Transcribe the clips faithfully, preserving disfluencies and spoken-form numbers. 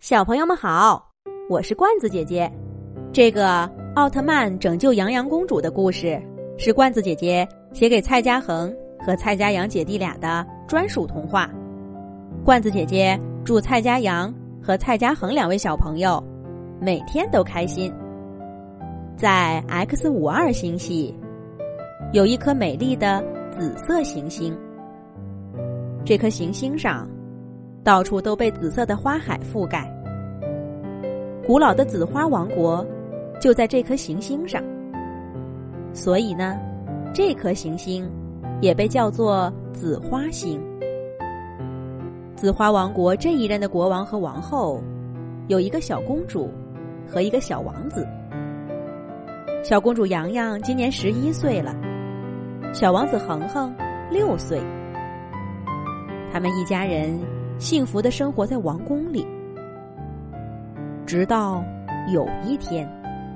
小朋友们好，我是罐子姐姐。这个奥特曼拯救洋洋公主的故事是罐子姐姐写给蔡家恒和蔡家阳姐弟俩的专属童话。罐子姐姐祝蔡家阳和蔡家恒两位小朋友每天都开心。在 X 五十二 星系有一颗美丽的紫色行星，这颗行星上到处都被紫色的花海覆盖，古老的紫花王国就在这颗行星上，所以呢，这颗行星也被叫做紫花星。紫花王国这一任的国王和王后有一个小公主和一个小王子。小公主洋洋今年十一岁了，小王子恒恒六岁。他们一家人幸福地生活在王宫里，直到有一天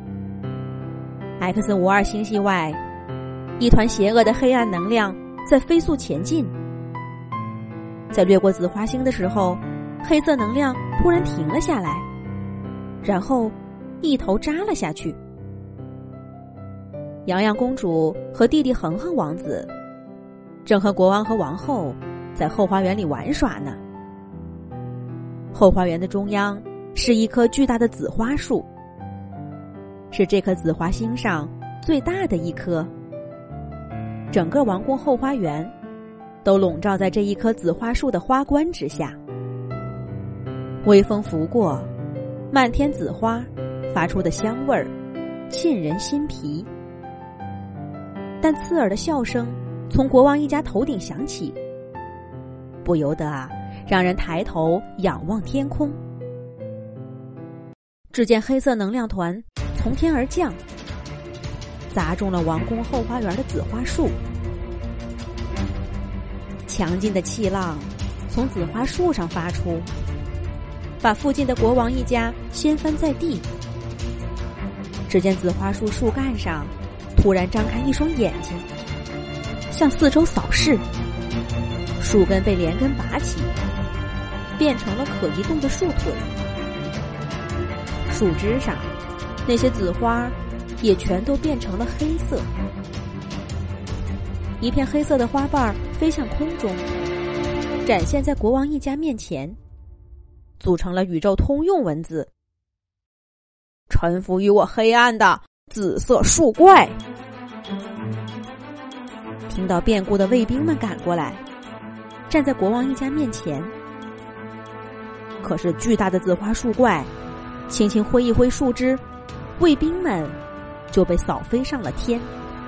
X 五十二 星系外，一团邪恶的黑暗能量在飞速前进。在掠过紫花星的时候，黑色能量突然停了下来，然后一头扎了下去。洋洋公主和弟弟恒恒王子正和国王和王后在后花园里玩耍呢。后花园的中央是一棵巨大的紫花树，是这颗紫花星上最大的一棵。整个王宫后花园都笼罩在这一棵紫花树的花冠之下。微风拂过，漫天紫花发出的香味儿沁人心脾。但刺耳的笑声从国王一家头顶响起，不由得啊让人抬头仰望天空。只见黑色能量团从天而降，砸中了王宫后花园的紫花树。强劲的气浪从紫花树上发出，把附近的国王一家掀翻在地。只见紫花树树干上突然张开一双眼睛，向四周扫视，树根被连根拔起，变成了可移动的树腿。树枝上那些紫花也全都变成了黑色。一片黑色的花瓣飞向空中，展现在国王一家面前，组成了宇宙通用文字：臣服于我黑暗的紫色树怪。听到变故的卫兵们赶过来，站在国王一家面前。可是巨大的紫花树怪轻轻挥一挥树枝，卫兵们就被扫飞上了天。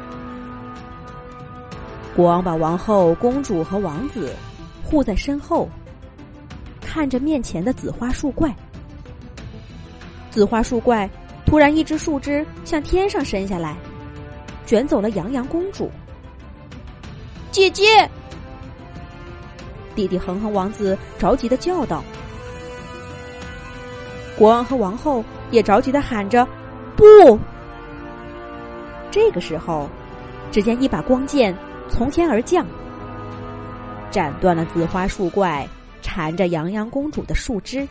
国王把王后、公主和王子护在身后，看着面前的紫花树怪。紫花树怪突然一只树枝向天上伸下来，卷走了洋洋公主。姐姐！弟弟恒恒王子着急地叫道。国王和王后也着急地喊着不。这个时候，只见一把光剑从天而降，斩断了紫花树怪缠着洋洋公主的树枝。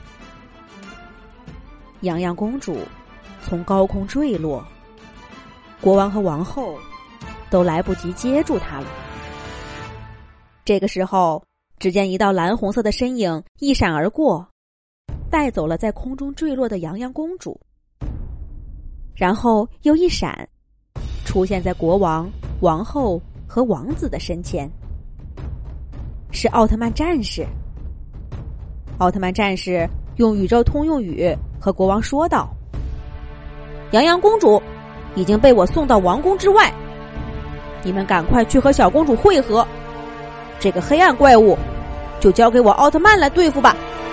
洋洋公主从高空坠落，国王和王后都来不及接住她了。这个时候，只见一道蓝红色的身影一闪而过，带走了在空中坠落的洋洋公主，然后又一闪，出现在国王、王后和王子的身前。是奥特曼战士。奥特曼战士用宇宙通用语和国王说道：洋洋公主已经被我送到王宫之外，你们赶快去和小公主会合，这个黑暗怪物就交给我奥特曼来对付吧。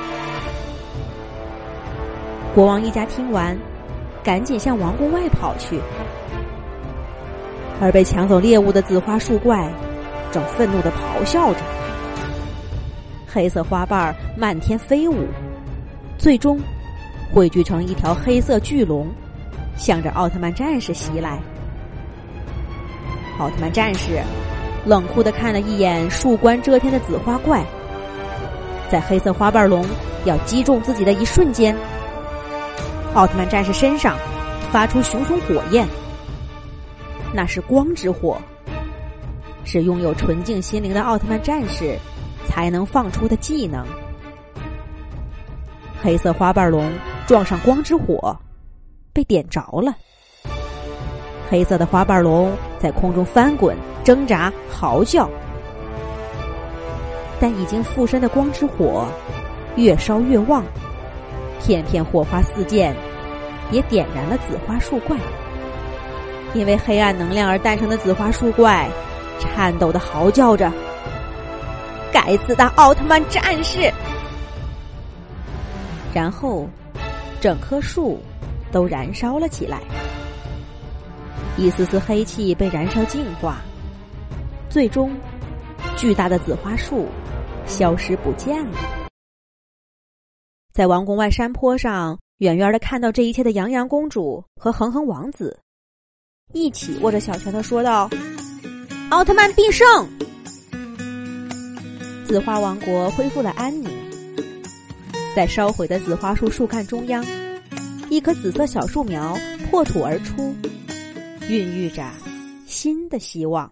国王一家听完，赶紧向王宫外跑去。而被抢走猎物的紫花树怪正愤怒地咆哮着，黑色花瓣漫天飞舞，最终汇聚成一条黑色巨龙，向着奥特曼战士袭来。奥特曼战士冷酷地看了一眼树冠遮天的紫花怪，在黑色花瓣龙要击中自己的一瞬间，奥特曼战士身上发出熊熊火焰，那是光之火，是拥有纯净心灵的奥特曼战士才能放出的技能。黑色花瓣龙撞上光之火，被点着了。黑色的花瓣龙在空中翻滚、挣扎、嚎叫，但已经附身的光之火越烧越旺，片片火花四溅，也点燃了紫花树怪。因为黑暗能量而诞生的紫花树怪颤抖地嚎叫着：该死的奥特曼战士！然后整棵树都燃烧了起来，一丝丝黑气被燃烧净化，最终巨大的紫花树消失不见了。在王宫外山坡上，远远地看到这一切的洋洋公主和恒恒王子一起握着小拳头说道：奥特曼必胜！紫花王国恢复了安宁。在烧毁的紫花树树干中央，一棵紫色小树苗破土而出，孕育着新的希望。